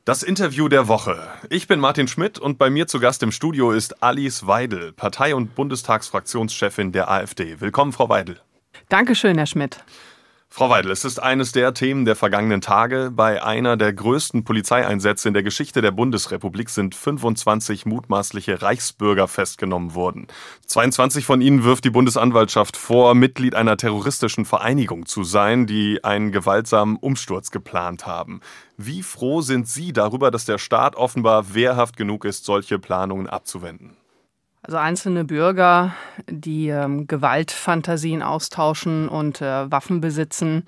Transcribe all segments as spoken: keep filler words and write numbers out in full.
Das Interview der Woche. Ich bin Martin Schmidt und bei mir zu Gast im Studio ist Alice Weidel, Partei- und Bundestagsfraktionschefin der AfD. Willkommen, Frau Weidel. Dankeschön, Herr Schmidt. Frau Weidel, es ist eines der Themen der vergangenen Tage. Bei einer der größten Polizeieinsätze in der Geschichte der Bundesrepublik sind fünfundzwanzig mutmaßliche Reichsbürger festgenommen worden. zweiundzwanzig von ihnen wirft die Bundesanwaltschaft vor, Mitglied einer terroristischen Vereinigung zu sein, die einen gewaltsamen Umsturz geplant haben. Wie froh sind Sie darüber, dass der Staat offenbar wehrhaft genug ist, solche Planungen abzuwenden? Also einzelne Bürger, die ähm, Gewaltfantasien austauschen und äh, Waffen besitzen,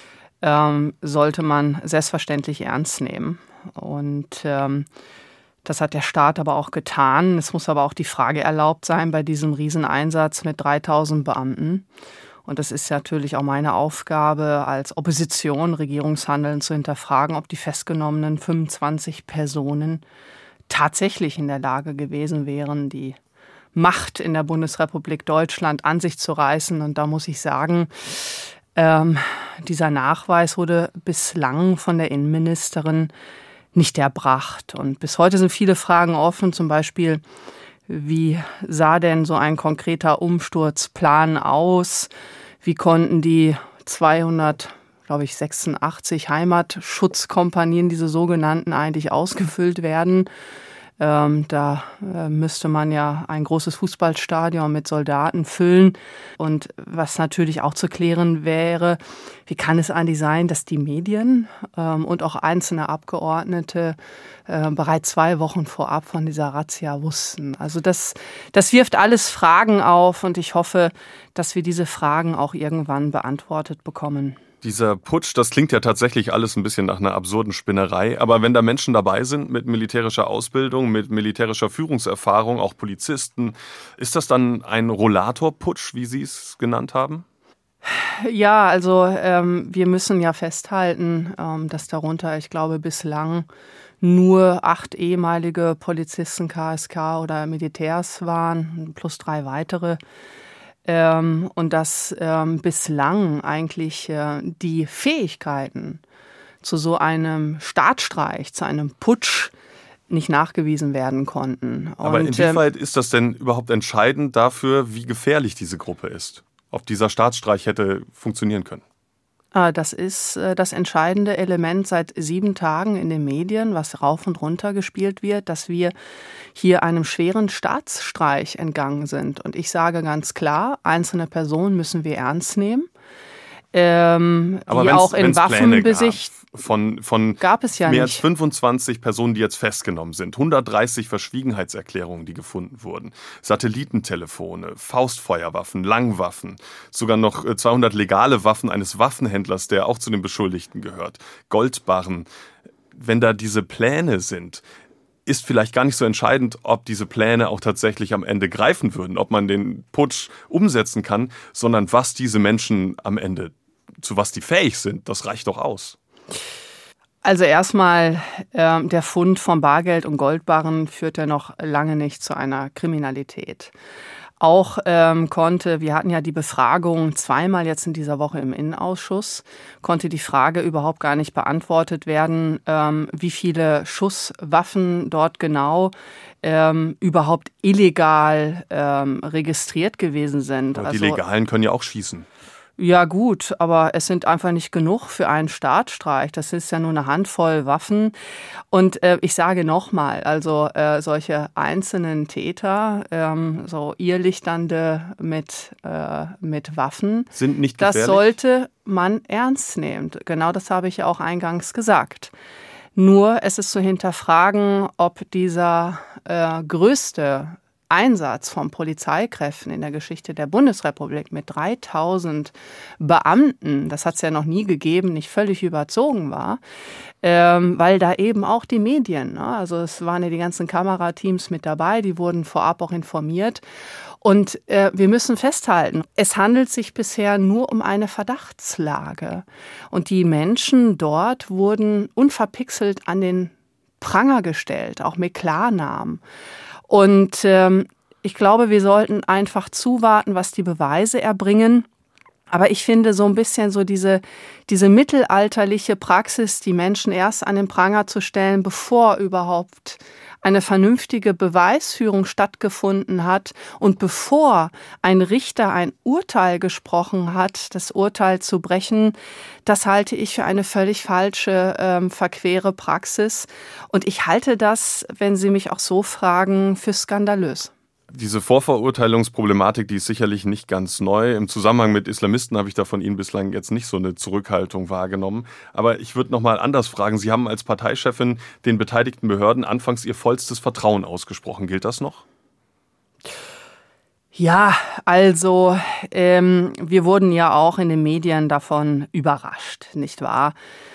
ähm, sollte man selbstverständlich ernst nehmen. Und ähm, das hat der Staat aber auch getan. Es muss aber auch die Frage erlaubt sein bei diesem Rieseneinsatz mit dreitausend Beamten. Und das ist natürlich auch meine Aufgabe als Opposition, Regierungshandeln zu hinterfragen, ob die festgenommenen fünfundzwanzig Personen tatsächlich in der Lage gewesen wären, die Macht in der Bundesrepublik Deutschland an sich zu reißen. Und da muss ich sagen, ähm, dieser Nachweis wurde bislang von der Innenministerin nicht erbracht. Und bis heute sind viele Fragen offen, zum Beispiel, wie sah denn so ein konkreter Umsturzplan aus? Wie konnten die zweihundert, glaube ich, sechsundachtzig Heimatschutzkompanien, diese sogenannten, eigentlich ausgefüllt werden? Ähm, da äh, müsste man ja ein großes Fußballstadion mit Soldaten füllen. Und was natürlich auch zu klären wäre, wie kann es eigentlich sein, dass die Medien ähm, und auch einzelne Abgeordnete äh, bereits zwei Wochen vorab von dieser Razzia wussten. Also das, das wirft alles Fragen auf und ich hoffe, dass wir diese Fragen auch irgendwann beantwortet bekommen. Dieser Putsch, das klingt ja tatsächlich alles ein bisschen nach einer absurden Spinnerei. Aber wenn da Menschen dabei sind mit militärischer Ausbildung, mit militärischer Führungserfahrung, auch Polizisten, ist das dann ein Rollatorputsch, wie Sie es genannt haben? Ja, also ähm, wir müssen ja festhalten, ähm, dass darunter, ich glaube, bislang nur acht ehemalige Polizisten K S K oder Militärs waren, plus drei weitere. Ähm, und dass ähm, bislang eigentlich äh, die Fähigkeiten zu so einem Staatsstreich, zu einem Putsch nicht nachgewiesen werden konnten. Aber und, inwieweit ähm, ist das denn überhaupt entscheidend dafür, wie gefährlich diese Gruppe ist? Ob dieser Staatsstreich hätte funktionieren können? Das ist das entscheidende Element seit sieben Tagen in den Medien, was rauf und runter gespielt wird, dass wir hier einem schweren Staatsstreich entgangen sind. Und ich sage ganz klar, einzelne Personen müssen wir ernst nehmen. Ähm, Aber die auch in Waffenbesicht von, von gab es ja mehr nicht. als fünfundzwanzig Personen, die jetzt festgenommen sind, hundertdreißig Verschwiegenheitserklärungen, die gefunden wurden, Satellitentelefone, Faustfeuerwaffen, Langwaffen, sogar noch zweihundert legale Waffen eines Waffenhändlers, der auch zu den Beschuldigten gehört, Goldbarren. Wenn da diese Pläne sind, ist vielleicht gar nicht so entscheidend, ob diese Pläne auch tatsächlich am Ende greifen würden, ob man den Putsch umsetzen kann, sondern was diese Menschen am Ende, zu was die fähig sind, das reicht doch aus. Also erstmal, äh, der Fund von Bargeld und Goldbarren führt ja noch lange nicht zu einer Kriminalität. Auch ähm, konnte, wir hatten ja die Befragung zweimal jetzt in dieser Woche im Innenausschuss, konnte die Frage überhaupt gar nicht beantwortet werden, ähm, wie viele Schusswaffen dort genau ähm, überhaupt illegal ähm, registriert gewesen sind. Aber die also, Legalen können ja auch schießen. Ja gut, aber es sind einfach nicht genug für einen Staatsstreich. Das ist ja nur eine Handvoll Waffen. Und äh, ich sage nochmal, also äh, solche einzelnen Täter, ähm, so Irrlichternde mit, äh, mit Waffen, sind nicht gefährlich? Das sollte man ernst nehmen. Genau das habe ich ja auch eingangs gesagt. Nur es ist zu hinterfragen, ob dieser äh, größte Einsatz von Polizeikräften in der Geschichte der Bundesrepublik mit dreitausend Beamten, das hat es ja noch nie gegeben, nicht völlig überzogen war, ähm, weil da eben auch die Medien, ne, also es waren ja die ganzen Kamerateams mit dabei, die wurden vorab auch informiert. Und äh, wir müssen festhalten, es handelt sich bisher nur um eine Verdachtslage. Und die Menschen dort wurden unverpixelt an den Pranger gestellt, auch mit Klarnamen. Und ähm, ich glaube, wir sollten einfach zuwarten, was die Beweise erbringen. Aber ich finde so ein bisschen so diese, diese mittelalterliche Praxis, die Menschen erst an den Pranger zu stellen, bevor überhaupt eine vernünftige Beweisführung stattgefunden hat und bevor ein Richter ein Urteil gesprochen hat, das Urteil zu brechen, das halte ich für eine völlig falsche, ähm, verquere Praxis. Und ich halte das, wenn Sie mich auch so fragen, für skandalös. Diese Vorverurteilungsproblematik, die ist sicherlich nicht ganz neu. Im Zusammenhang mit Islamisten habe ich da von Ihnen bislang jetzt nicht so eine Zurückhaltung wahrgenommen. Aber ich würde noch mal anders fragen. Sie haben als Parteichefin den beteiligten Behörden anfangs Ihr vollstes Vertrauen ausgesprochen. Gilt das noch? Ja, also ähm, wir wurden ja auch in den Medien davon überrascht, nicht wahr?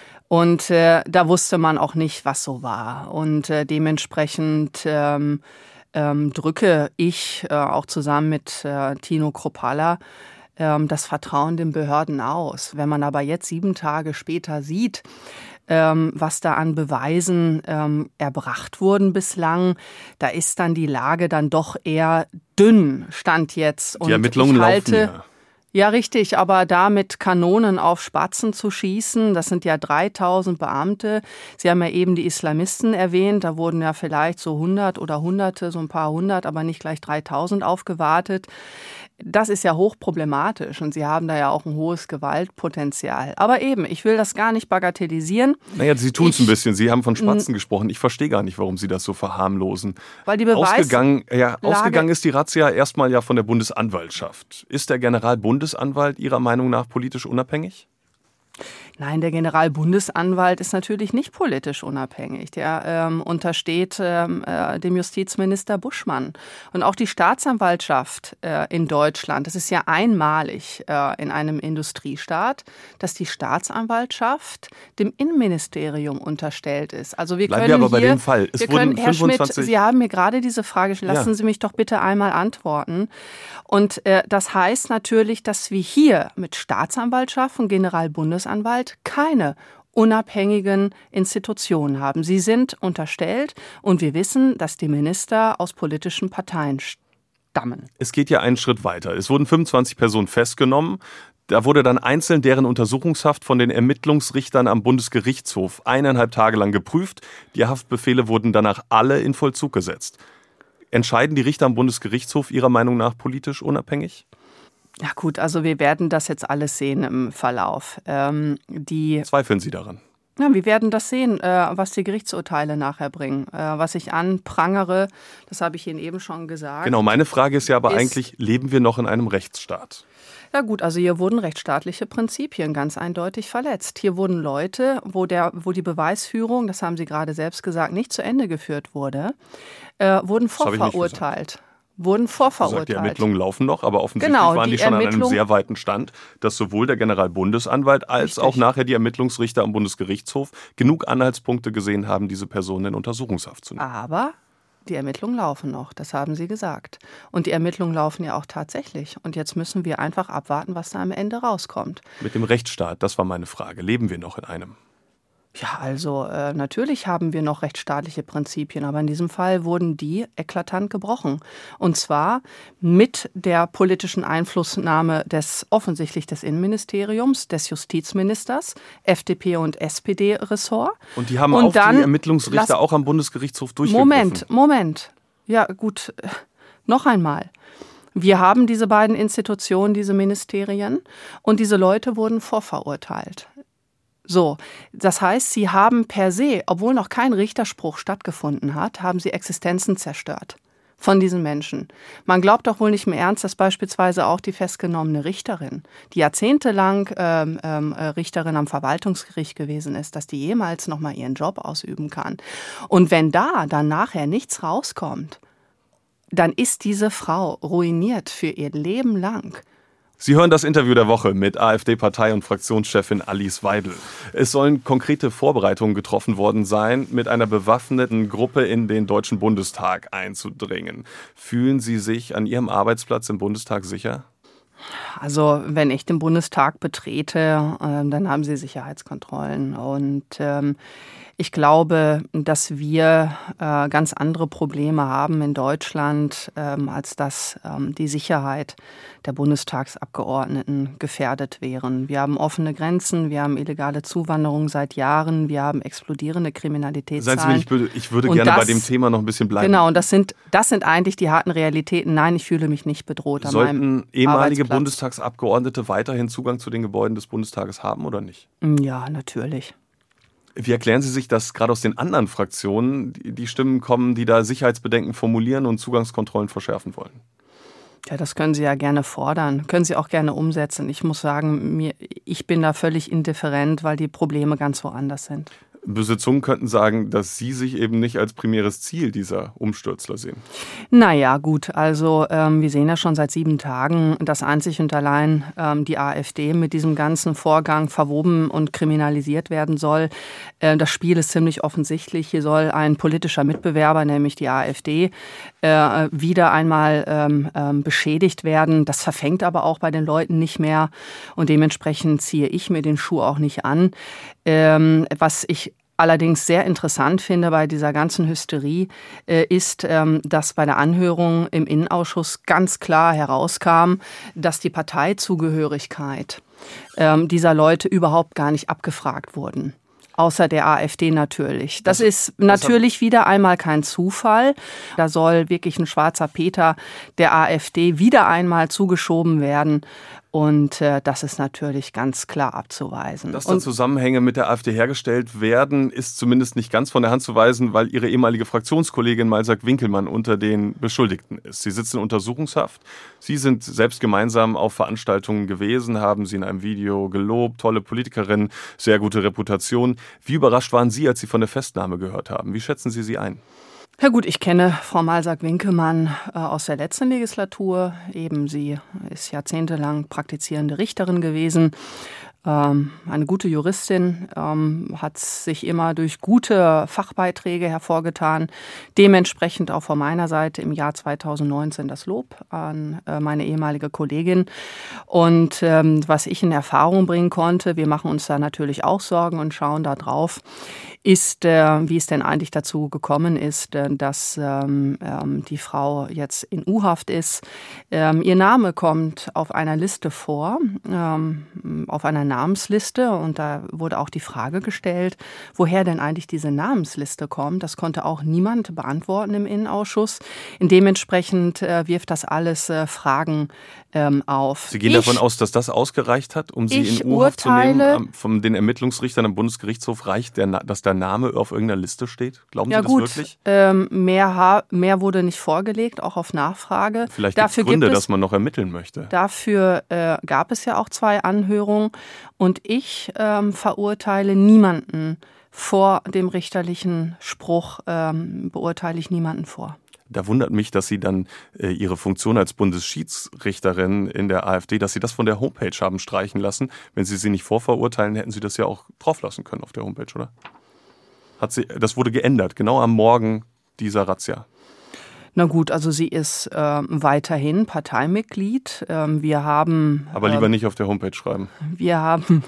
Und äh, da wusste man auch nicht, was so war. Und äh, dementsprechend ähm, Ähm, drücke ich äh, auch zusammen mit äh, Tino Kruppalla ähm, das Vertrauen den Behörden aus. Wenn man aber jetzt sieben Tage später sieht, ähm, was da an Beweisen ähm, erbracht wurden bislang, da ist dann die Lage dann doch eher dünn, Stand jetzt. Und die Ermittlungen ich halte, laufen ja. Ja, richtig, aber da mit Kanonen auf Spatzen zu schießen, das sind ja dreitausend Beamte. Sie haben ja eben die Islamisten erwähnt, da wurden ja vielleicht so hundert oder Hunderte, so ein paar hundert, aber nicht gleich dreitausend aufgewartet. Das ist ja hochproblematisch und Sie haben da ja auch ein hohes Gewaltpotenzial. Aber eben, ich will das gar nicht bagatellisieren. Naja, Sie tun es ein bisschen. Sie haben von Spatzen gesprochen. Ich verstehe gar nicht, warum Sie das so verharmlosen. Weil die Beweis ausgegangen, ja, ausgegangen ist die Razzia erstmal ja von der Bundesanwaltschaft. Ist der Generalbundesanwalt Ihrer Meinung nach politisch unabhängig? Nein, der Generalbundesanwalt ist natürlich nicht politisch unabhängig. Der ähm, untersteht ähm, äh, dem Justizminister Buschmann. Und auch die Staatsanwaltschaft äh, in Deutschland, das ist ja einmalig äh, in einem Industriestaat, dass die Staatsanwaltschaft dem Innenministerium unterstellt ist. Also wir Bleiben können wir aber hier, bei dem Fall. Es wir wurden können, Herr fünfundzwanzig Schmidt, Sie haben mir gerade diese Frage gestellt. Lassen ja. Sie mich doch bitte einmal antworten. Und äh, das heißt natürlich, dass wir hier mit Staatsanwaltschaft und Generalbundesanwalt keine unabhängigen Institutionen haben. Sie sind unterstellt und wir wissen, dass die Minister aus politischen Parteien stammen. Es geht ja einen Schritt weiter. Es wurden fünfundzwanzig Personen festgenommen. Da wurde dann einzeln deren Untersuchungshaft von den Ermittlungsrichtern am Bundesgerichtshof eineinhalb Tage lang geprüft. Die Haftbefehle wurden danach alle in Vollzug gesetzt. Entscheiden die Richter am Bundesgerichtshof Ihrer Meinung nach politisch unabhängig? Ja gut, also wir werden das jetzt alles sehen im Verlauf. Ähm, die Zweifeln Sie daran? Ja, wir werden das sehen, äh, was die Gerichtsurteile nachher bringen. Äh, was ich anprangere, das habe ich Ihnen eben schon gesagt. Genau, meine Frage ist ja aber ist, eigentlich, leben wir noch in einem Rechtsstaat? Ja gut, also hier wurden rechtsstaatliche Prinzipien ganz eindeutig verletzt. Hier wurden Leute, wo, der, wo die Beweisführung, das haben Sie gerade selbst gesagt, nicht zu Ende geführt wurde, äh, wurden vorverurteilt. Wurden vorverurteilt. Die Ermittlungen laufen noch, aber offensichtlich genau, waren die, die schon an einem sehr weiten Stand, dass sowohl der Generalbundesanwalt als Richtig. auch nachher die Ermittlungsrichter am Bundesgerichtshof genug Anhaltspunkte gesehen haben, diese Personen in Untersuchungshaft zu nehmen. Aber die Ermittlungen laufen noch, das haben Sie gesagt. Und die Ermittlungen laufen ja auch tatsächlich. Und jetzt müssen wir einfach abwarten, was da am Ende rauskommt. Mit dem Rechtsstaat, das war meine Frage. Leben wir noch in einem? Ja, also äh, natürlich haben wir noch rechtsstaatliche Prinzipien, aber in diesem Fall wurden die eklatant gebrochen. Und zwar mit der politischen Einflussnahme des offensichtlich des Innenministeriums, des Justizministers, F D P und S P D-Ressort. Und die haben und auch dann, die Ermittlungsrichter lass, auch am Bundesgerichtshof durchgegriffen. Moment, Moment. Ja gut, noch einmal. Wir haben diese beiden Institutionen, diese Ministerien, und diese Leute wurden vorverurteilt. So, das heißt, sie haben per se, obwohl noch kein Richterspruch stattgefunden hat, haben sie Existenzen zerstört von diesen Menschen. Man glaubt doch wohl nicht im Ernst, dass beispielsweise auch die festgenommene Richterin, die jahrzehntelang ähm, ähm, Richterin am Verwaltungsgericht gewesen ist, dass die jemals noch mal ihren Job ausüben kann. Und wenn da dann nachher nichts rauskommt, dann ist diese Frau ruiniert für ihr Leben lang. Sie hören das Interview der Woche mit AfD-Partei- und Fraktionschefin Alice Weidel. Es sollen konkrete Vorbereitungen getroffen worden sein, mit einer bewaffneten Gruppe in den Deutschen Bundestag einzudringen. Fühlen Sie sich an Ihrem Arbeitsplatz im Bundestag sicher? Also wenn ich den Bundestag betrete, äh, dann haben sie Sicherheitskontrollen. Und ähm, Ich glaube, dass wir äh, ganz andere Probleme haben in Deutschland, ähm, als dass ähm, die Sicherheit der Bundestagsabgeordneten gefährdet wären. Wir haben offene Grenzen, wir haben illegale Zuwanderung seit Jahren, wir haben explodierende Kriminalitätszahlen. Seien Sie mir nicht böse, ich würde und gerne das, bei dem Thema noch ein bisschen bleiben. Genau, und das sind, das sind eigentlich die harten Realitäten. Nein, ich fühle mich nicht bedroht an Sollten meinem ehemalige Arbeitsplatz. Bundestagsabgeordnete weiterhin Zugang zu den Gebäuden des Bundestages haben oder nicht? Ja, natürlich. Wie erklären Sie sich, dass gerade aus den anderen Fraktionen die Stimmen kommen, die da Sicherheitsbedenken formulieren und Zugangskontrollen verschärfen wollen? Ja, das können Sie ja gerne fordern, können Sie auch gerne umsetzen. Ich muss sagen, mir, ich bin da völlig indifferent, weil die Probleme ganz woanders sind. Böse Zungen könnten sagen, dass Sie sich eben nicht als primäres Ziel dieser Umstürzler sehen. Naja, gut, also ähm, wir sehen ja schon seit sieben Tagen, dass einzig und allein ähm, die AfD mit diesem ganzen Vorgang verwoben und kriminalisiert werden soll. Äh, das Spiel ist ziemlich offensichtlich. Hier soll ein politischer Mitbewerber, nämlich die AfD, äh, wieder einmal ähm, ähm, beschädigt werden. Das verfängt aber auch bei den Leuten nicht mehr und dementsprechend ziehe ich mir den Schuh auch nicht an. Ähm, was ich allerdings sehr interessant finde bei dieser ganzen Hysterie, äh, ist, ähm, dass bei der Anhörung im Innenausschuss ganz klar herauskam, dass die Parteizugehörigkeit ähm, dieser Leute überhaupt gar nicht abgefragt wurden. Außer der AfD natürlich. Das, das ist natürlich das wieder einmal kein Zufall. Da soll wirklich ein schwarzer Peter der AfD wieder einmal zugeschoben werden. Und äh, das ist natürlich ganz klar abzuweisen. Dass da Zusammenhänge mit der AfD hergestellt werden, ist zumindest nicht ganz von der Hand zu weisen, weil Ihre ehemalige Fraktionskollegin Malsack-Winkelmann unter den Beschuldigten ist. Sie sitzt in Untersuchungshaft. Sie sind selbst gemeinsam auf Veranstaltungen gewesen, haben sie in einem Video gelobt. Tolle Politikerin, sehr gute Reputation. Wie überrascht waren Sie, als Sie von der Festnahme gehört haben? Wie schätzen Sie sie ein? Ja gut, ich kenne Frau Malsack-Winkelmann äh, aus der letzten Legislatur. Eben, sie ist jahrzehntelang praktizierende Richterin gewesen. Ähm, eine gute Juristin, ähm, hat sich immer durch gute Fachbeiträge hervorgetan. Dementsprechend auch von meiner Seite im Jahr zweitausendneunzehn das Lob an äh, meine ehemalige Kollegin. Und ähm, was ich in Erfahrung bringen konnte, wir machen uns da natürlich auch Sorgen und schauen da drauf, ist, äh, wie es denn eigentlich dazu gekommen ist, äh, dass ähm, ähm, die Frau jetzt in U-Haft ist. Ähm, ihr Name kommt auf einer Liste vor, ähm, auf einer Namensliste, und da wurde auch die Frage gestellt, woher denn eigentlich diese Namensliste kommt. Das konnte auch niemand beantworten im Innenausschuss. Dementsprechend äh, wirft das alles äh, Fragen ähm, auf. Sie gehen ich, davon aus, dass das ausgereicht hat, um Sie in U-Haft zu nehmen? Von den Ermittlungsrichtern am Bundesgerichtshof reicht, der, dass der Name auf irgendeiner Liste steht? Glauben ja, Sie das gut, wirklich? Ähm, mehr, mehr wurde nicht vorgelegt, auch auf Nachfrage. Vielleicht gibt es Gründe, dass man noch ermitteln möchte. Dafür äh, gab es ja auch zwei Anhörungen. Und ich ähm, verurteile niemanden vor dem richterlichen Spruch, ähm, beurteile ich niemanden vor. Da wundert mich, dass Sie dann äh, Ihre Funktion als Bundesschiedsrichterin in der AfD, dass Sie das von der Homepage haben streichen lassen. Wenn Sie sie nicht vorverurteilen, hätten Sie das ja auch drauf lassen können auf der Homepage, oder? Hat sie, das wurde geändert, genau am Morgen dieser Razzia. Na gut, also sie ist äh, weiterhin Parteimitglied. Ähm, wir haben... Aber lieber ähm, nicht auf der Homepage schreiben. Wir haben...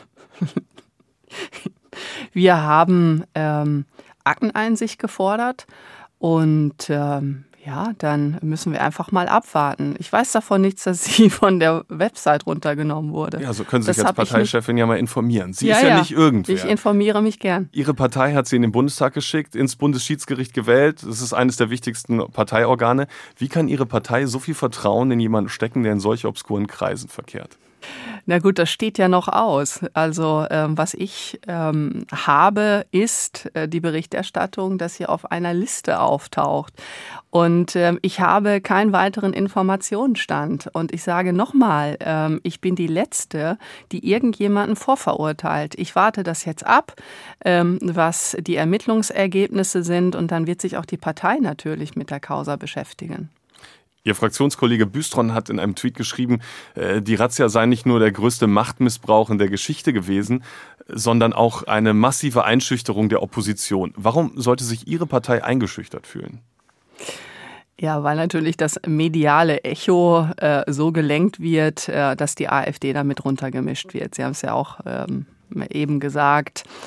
wir haben ähm, Akteneinsicht gefordert und... Ähm, Ja, dann müssen wir einfach mal abwarten. Ich weiß davon nichts, dass sie von der Website runtergenommen wurde. Ja, so können Sie das sich als Parteichefin ja mal informieren. Sie ja, ist ja, ja nicht irgendwer. Ich informiere mich gern. Ihre Partei hat Sie in den Bundestag geschickt, ins Bundesschiedsgericht gewählt. Das ist eines der wichtigsten Parteiorgane. Wie kann Ihre Partei so viel Vertrauen in jemanden stecken, der in solch obskuren Kreisen verkehrt? Na gut, das steht ja noch aus. Also ähm, was ich ähm, habe, ist äh, die Berichterstattung, dass sie auf einer Liste auftaucht. Und ähm, ich habe keinen weiteren Informationsstand. Und ich sage nochmal, ähm, ich bin die Letzte, die irgendjemanden vorverurteilt. Ich warte das jetzt ab, ähm, was die Ermittlungsergebnisse sind. Und dann wird sich auch die Partei natürlich mit der Causa beschäftigen. Ihr Fraktionskollege Büstron hat in einem Tweet geschrieben, die Razzia sei nicht nur der größte Machtmissbrauch in der Geschichte gewesen, sondern auch eine massive Einschüchterung der Opposition. Warum sollte sich Ihre Partei eingeschüchtert fühlen? Ja, weil natürlich das mediale Echo äh, so gelenkt wird, äh, dass die AfD damit runtergemischt wird. Sie haben es ja auch ähm, eben gesagt.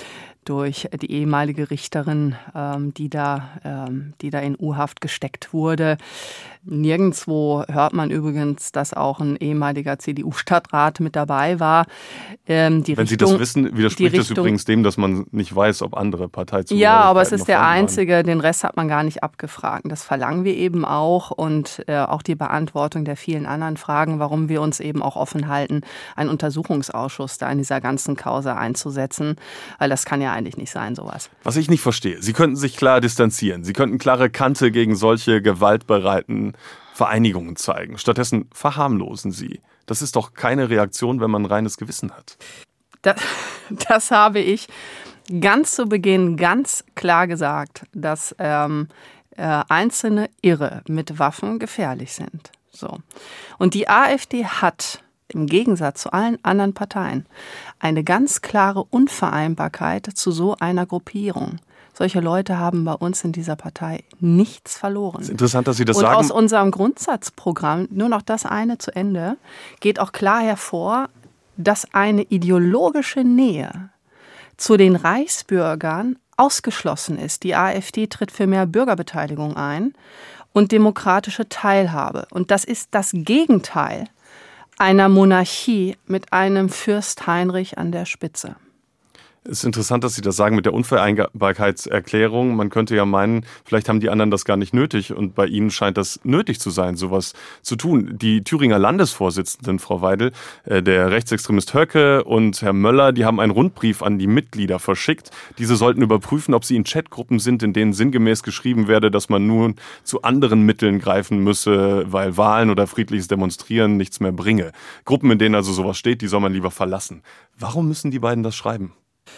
durch die ehemalige Richterin, ähm, die da, ähm, die da in U-Haft gesteckt wurde. Nirgendwo hört man übrigens, dass auch ein ehemaliger C D U-Stadtrat mit dabei war. Ähm, die Wenn Richtung, Sie das wissen, widerspricht das Richtung, übrigens dem, dass man nicht weiß, ob andere Parteizugehörigkeiten ja, aber es ist der vorhanden waren. einzige, den Rest hat man gar nicht abgefragt. Das verlangen wir eben auch und äh, auch die Beantwortung der vielen anderen Fragen, warum wir uns eben auch offen halten, einen Untersuchungsausschuss da in dieser ganzen Causa einzusetzen, weil das kann ja eigentlich nicht sein, sowas. Was ich nicht verstehe, Sie könnten sich klar distanzieren, Sie könnten klare Kante gegen solche gewaltbereiten Vereinigungen zeigen. Stattdessen verharmlosen Sie. Das ist doch keine Reaktion, wenn man ein reines Gewissen hat. Das, das habe ich ganz zu Beginn ganz klar gesagt, dass ähm, äh, einzelne Irre mit Waffen gefährlich sind. So. Und die AfD hat im Gegensatz zu allen anderen Parteien eine ganz klare Unvereinbarkeit zu so einer Gruppierung. Solche Leute haben bei uns in dieser Partei nichts verloren. Es ist interessant, dass Sie das Und sagen. aus unserem Grundsatzprogramm, nur noch das eine zu Ende, geht auch klar hervor, dass eine ideologische Nähe zu den Reichsbürgern ausgeschlossen ist. Die AfD tritt für mehr Bürgerbeteiligung ein und demokratische Teilhabe. Und das ist das Gegenteil einer Monarchie mit einem Fürst Heinrich an der Spitze. Es ist interessant, dass Sie das sagen mit der Unvereinbarkeitserklärung. Man könnte ja meinen, vielleicht haben die anderen das gar nicht nötig und bei Ihnen scheint das nötig zu sein, sowas zu tun. Die Thüringer Landesvorsitzenden, Frau Weidel, der Rechtsextremist Höcke und Herr Möller, die haben einen Rundbrief an die Mitglieder verschickt. Diese sollten überprüfen, ob sie in Chatgruppen sind, in denen sinngemäß geschrieben werde, dass man nun zu anderen Mitteln greifen müsse, weil Wahlen oder friedliches Demonstrieren nichts mehr bringe. Gruppen, in denen also sowas steht, die soll man lieber verlassen. Warum müssen die beiden das schreiben?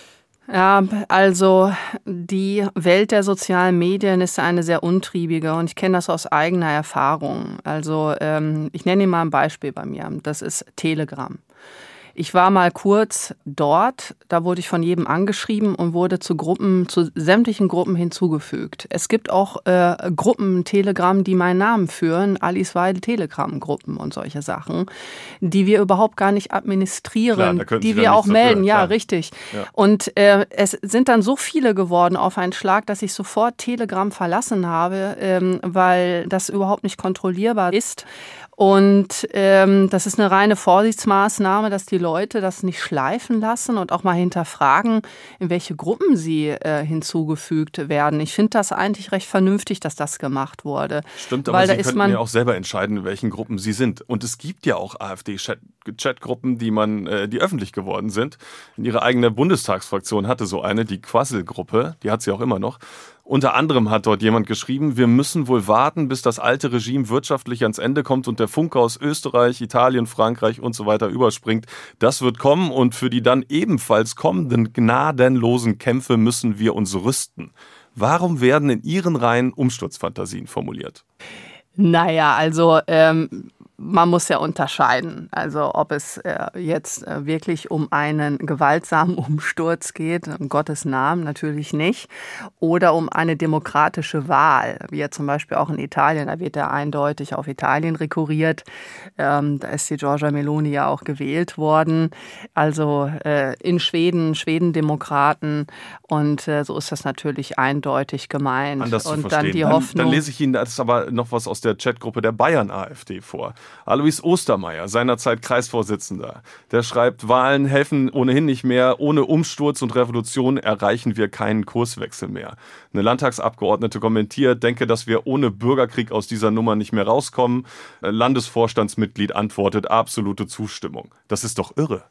Ja, also die Welt der sozialen Medien ist eine sehr untriebige und ich kenne das aus eigener Erfahrung. Also ähm, ich nenne Ihnen mal ein Beispiel bei mir. Das ist Telegram. Ich war mal kurz dort, da wurde ich von jedem angeschrieben und wurde zu Gruppen, zu sämtlichen Gruppen hinzugefügt. Es gibt auch äh, Gruppen Telegram, die meinen Namen führen, Alice Weidel Telegram-Gruppen und solche Sachen, die wir überhaupt gar nicht administrieren, Klar, die wir auch melden. Dafür, ja, klar. Richtig. Ja. Und äh, es sind dann so viele geworden auf einen Schlag, dass ich sofort Telegram verlassen habe, ähm, weil das überhaupt nicht kontrollierbar ist. Und ähm, das ist eine reine Vorsichtsmaßnahme, dass die Leute das nicht schleifen lassen und auch mal hinterfragen, in welche Gruppen sie äh, hinzugefügt werden. Ich finde das eigentlich recht vernünftig, dass das gemacht wurde. Stimmt, aber Sie könnten ja auch selber entscheiden, in welchen Gruppen Sie sind. Und es gibt ja auch AfD-Chatgruppen, die man, äh, die öffentlich geworden sind. In Ihrer eigenen Bundestagsfraktion hatte so eine, die Quassel-Gruppe, die hat sie auch immer noch. Unter anderem hat dort jemand geschrieben, wir müssen wohl warten, bis das alte Regime wirtschaftlich ans Ende kommt und der Funke aus Österreich, Italien, Frankreich und so weiter überspringt. Das wird kommen und für die dann ebenfalls kommenden gnadenlosen Kämpfe müssen wir uns rüsten. Warum werden in Ihren Reihen Umsturzfantasien formuliert? Naja, also ähm, man muss ja unterscheiden, also ob es äh, jetzt äh, wirklich um einen gewaltsamen Umsturz geht, in Gottes Namen natürlich nicht, oder um eine demokratische Wahl, wie ja zum Beispiel auch in Italien, da wird ja eindeutig auf Italien rekurriert, ähm, da ist die Giorgia Meloni ja auch gewählt worden, also äh, in Schweden, Schweden-Demokraten und äh, so ist das natürlich eindeutig gemeint. Anders zu und verstehen. dann die dann, Hoffnung. Dann lese ich Ihnen das aber noch was aus der Chatgruppe der Bayern-AfD vor. Alois Ostermeier, seinerzeit Kreisvorsitzender, der schreibt, Wahlen helfen ohnehin nicht mehr. Ohne Umsturz und Revolution erreichen wir keinen Kurswechsel mehr. Eine Landtagsabgeordnete kommentiert, denke, dass wir ohne Bürgerkrieg aus dieser Nummer nicht mehr rauskommen. Landesvorstandsmitglied antwortet, absolute Zustimmung. Das ist doch irre.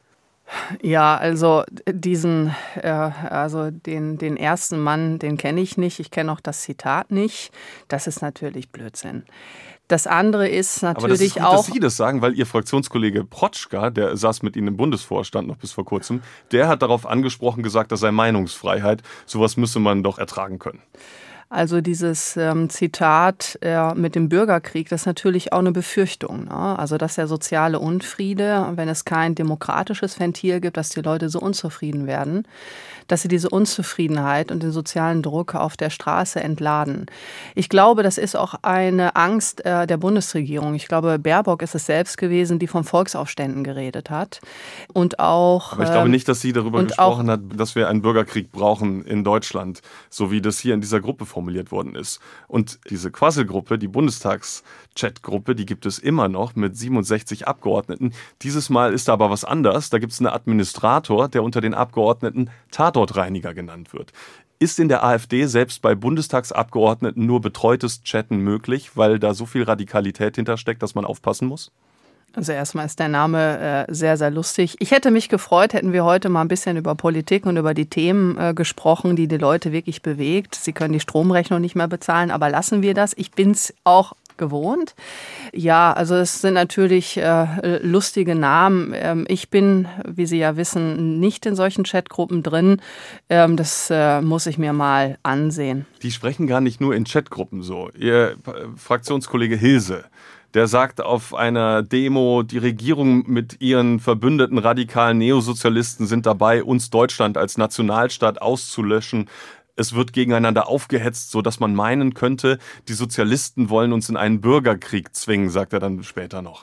Ja, also diesen, äh, also den, den ersten Mann, den kenne ich nicht. Ich kenne auch das Zitat nicht. Das ist natürlich Blödsinn. Das andere ist natürlich Aber das ist gut, auch. dass Sie das sagen, weil Ihr Fraktionskollege Protschka, der saß mit Ihnen im Bundesvorstand noch bis vor kurzem, der hat darauf angesprochen gesagt, das sei Meinungsfreiheit. Sowas müsse man doch ertragen können. Also dieses ähm, Zitat äh, mit dem Bürgerkrieg, das ist natürlich auch eine Befürchtung, ne? Also dass der soziale Unfriede, wenn es kein demokratisches Ventil gibt, dass die Leute so unzufrieden werden, dass sie diese Unzufriedenheit und den sozialen Druck auf der Straße entladen. Ich glaube, das ist auch eine Angst äh, der Bundesregierung. Ich glaube, Baerbock ist es selbst gewesen, die von Volksaufständen geredet hat. Und auch, Aber ich glaube nicht, dass sie darüber gesprochen auch, hat, dass wir einen Bürgerkrieg brauchen in Deutschland, so wie das hier in dieser Gruppe formuliert worden ist. Und diese Quasselgruppe, die Bundestagschatgruppe, die gibt es immer noch mit siebenundsechzig Abgeordneten. Dieses Mal ist da aber was anders. Da gibt es einen Administrator, der unter den Abgeordneten Tatortreiniger genannt wird. Ist in der AfD selbst bei Bundestagsabgeordneten nur betreutes Chatten möglich, weil da so viel Radikalität hintersteckt, dass man aufpassen muss? Also erstmal ist der Name äh, sehr, sehr lustig. Ich hätte mich gefreut, hätten wir heute mal ein bisschen über Politik und über die Themen äh, gesprochen, die die Leute wirklich bewegt. Sie können die Stromrechnung nicht mehr bezahlen, aber lassen wir das. Ich bin's auch gewohnt. Ja, also es sind natürlich äh, lustige Namen. Ähm, ich bin, wie Sie ja wissen, nicht in solchen Chatgruppen drin. Ähm, das äh, muss ich mir mal ansehen. Die sprechen gar nicht nur in Chatgruppen so. Ihr Fraktionskollege Hilse, der sagt auf einer Demo, die Regierung mit ihren verbündeten radikalen Neosozialisten sind dabei, uns Deutschland als Nationalstaat auszulöschen. Es wird gegeneinander aufgehetzt, sodass man meinen könnte, die Sozialisten wollen uns in einen Bürgerkrieg zwingen, sagt er dann später noch.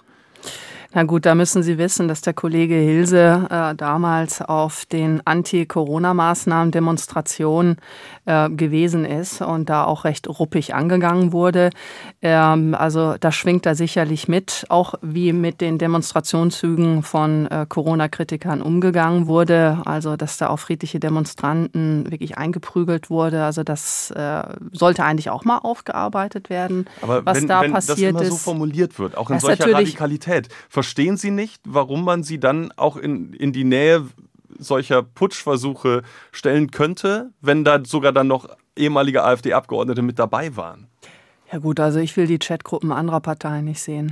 Na gut, da müssen Sie wissen, dass der Kollege Hilse äh, damals auf den Anti-Corona-Maßnahmen Demonstrationen äh, gewesen ist und da auch recht ruppig angegangen wurde. Ähm, also da schwingt er sicherlich mit, auch wie mit den Demonstrationszügen von äh, Corona-Kritikern umgegangen wurde. Also dass da auf friedliche Demonstranten wirklich eingeprügelt wurde. Also das äh, sollte eigentlich auch mal aufgearbeitet werden, aber was wenn, da wenn passiert ist. Aber wenn das immer so formuliert wird, auch in solcher Radikalität, verstehen Sie nicht, warum man sie dann auch in, in die Nähe solcher Putschversuche stellen könnte, wenn da sogar dann noch ehemalige AfD-Abgeordnete mit dabei waren? Ja gut, also ich will die Chatgruppen anderer Parteien nicht sehen.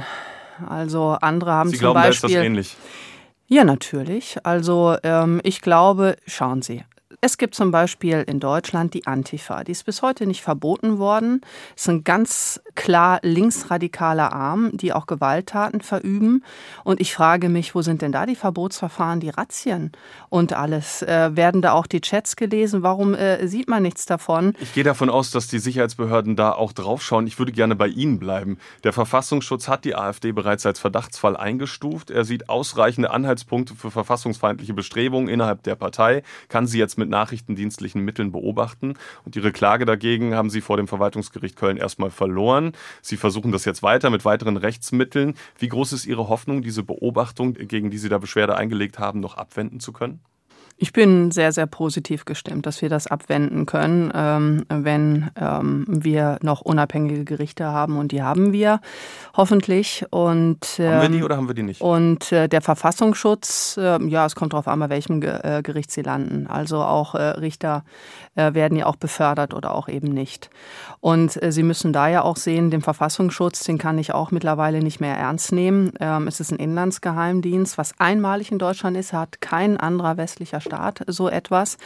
Also andere haben Sie zum glauben, Beispiel... da ist das ähnlich? Ja, natürlich. Also ähm, ich glaube, schauen Sie, es gibt zum Beispiel in Deutschland die Antifa. Die ist bis heute nicht verboten worden. Es ist ein ganz klar linksradikaler Arm, die auch Gewalttaten verüben. Und ich frage mich, wo sind denn da die Verbotsverfahren, die Razzien und alles? Äh, werden da auch die Chats gelesen? Warum äh, sieht man nichts davon? Ich gehe davon aus, dass die Sicherheitsbehörden da auch draufschauen. Ich würde gerne bei Ihnen bleiben. Der Verfassungsschutz hat die AfD bereits als Verdachtsfall eingestuft. Er sieht ausreichende Anhaltspunkte für verfassungsfeindliche Bestrebungen innerhalb der Partei, kann sie jetzt mit nachrichtendienstlichen Mitteln beobachten. Und ihre Klage dagegen haben sie vor dem Verwaltungsgericht Köln erstmal verloren. Sie versuchen das jetzt weiter mit weiteren Rechtsmitteln. Wie groß ist Ihre Hoffnung, diese Beobachtung, gegen die Sie da Beschwerde eingelegt haben, noch abwenden zu können? Ich bin sehr, sehr positiv gestimmt, dass wir das abwenden können, ähm, wenn ähm, wir noch unabhängige Gerichte haben. Und die haben wir hoffentlich. Und, ähm, haben wir die oder haben wir die nicht? Und äh, der Verfassungsschutz, äh, ja, es kommt darauf an, bei welchem Ge- äh, Gericht sie landen. Also auch äh, Richter äh, werden ja auch befördert oder auch eben nicht. Und äh, Sie müssen da ja auch sehen, den Verfassungsschutz, den kann ich auch mittlerweile nicht mehr ernst nehmen. Ähm, es ist ein Inlandsgeheimdienst, was einmalig in Deutschland ist, hat kein anderer westlicher Staat so etwas.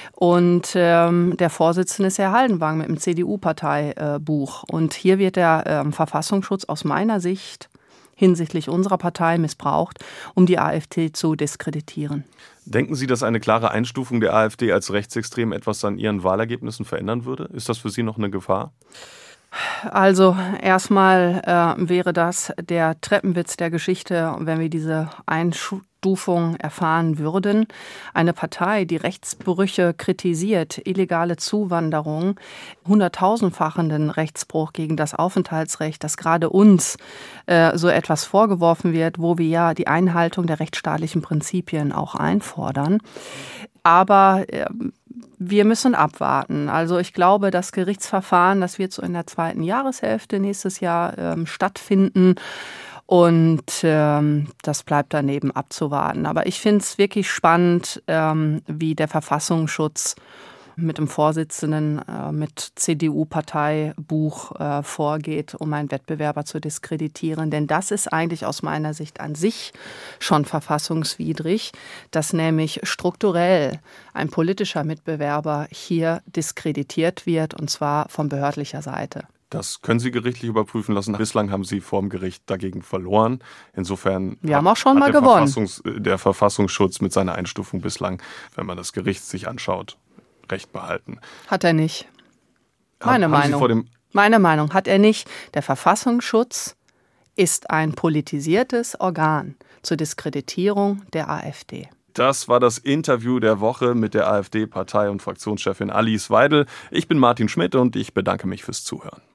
Und ähm, der Vorsitzende ist Herr Haldenwang mit dem C D U-Parteibuch. Und hier wird der ähm, Verfassungsschutz aus meiner Sicht hinsichtlich unserer Partei missbraucht, um die AfD zu diskreditieren. Denken Sie, dass eine klare Einstufung der AfD als rechtsextrem etwas an Ihren Wahlergebnissen verändern würde? Ist das für Sie noch eine Gefahr? Also erstmal äh, wäre das der Treppenwitz der Geschichte, wenn wir diese Einstufung erfahren würden. Eine Partei, die Rechtsbrüche kritisiert, illegale Zuwanderung, hunderttausendfachenden Rechtsbruch gegen das Aufenthaltsrecht, dass gerade uns äh, so etwas vorgeworfen wird, wo wir ja die Einhaltung der rechtsstaatlichen Prinzipien auch einfordern. Aber äh, wir müssen abwarten. Also ich glaube, das Gerichtsverfahren, das wird so in der zweiten Jahreshälfte nächstes Jahr ähm, stattfinden. Und ähm, das bleibt daneben abzuwarten. Aber ich finde es wirklich spannend, ähm, wie der Verfassungsschutz mit dem Vorsitzenden, äh, mit C D U-Parteibuch äh, vorgeht, um einen Wettbewerber zu diskreditieren. Denn das ist eigentlich aus meiner Sicht an sich schon verfassungswidrig, dass nämlich strukturell ein politischer Mitbewerber hier diskreditiert wird, und zwar von behördlicher Seite. Das können Sie gerichtlich überprüfen lassen. Bislang haben Sie vor dem Gericht dagegen verloren. Insofern Wir hat, haben auch schon mal der, gewonnen. Verfassungs-, der Verfassungsschutz mit seiner Einstufung bislang, wenn man das Gericht sich anschaut, Recht behalten. Hat er nicht. Meine haben, haben Sie Meinung. vor dem Meine Meinung hat er nicht. Der Verfassungsschutz ist ein politisiertes Organ zur Diskreditierung der AfD. Das war das Interview der Woche mit der AfD-Partei- und Fraktionschefin Alice Weidel. Ich bin Martin Schmidt und ich bedanke mich fürs Zuhören.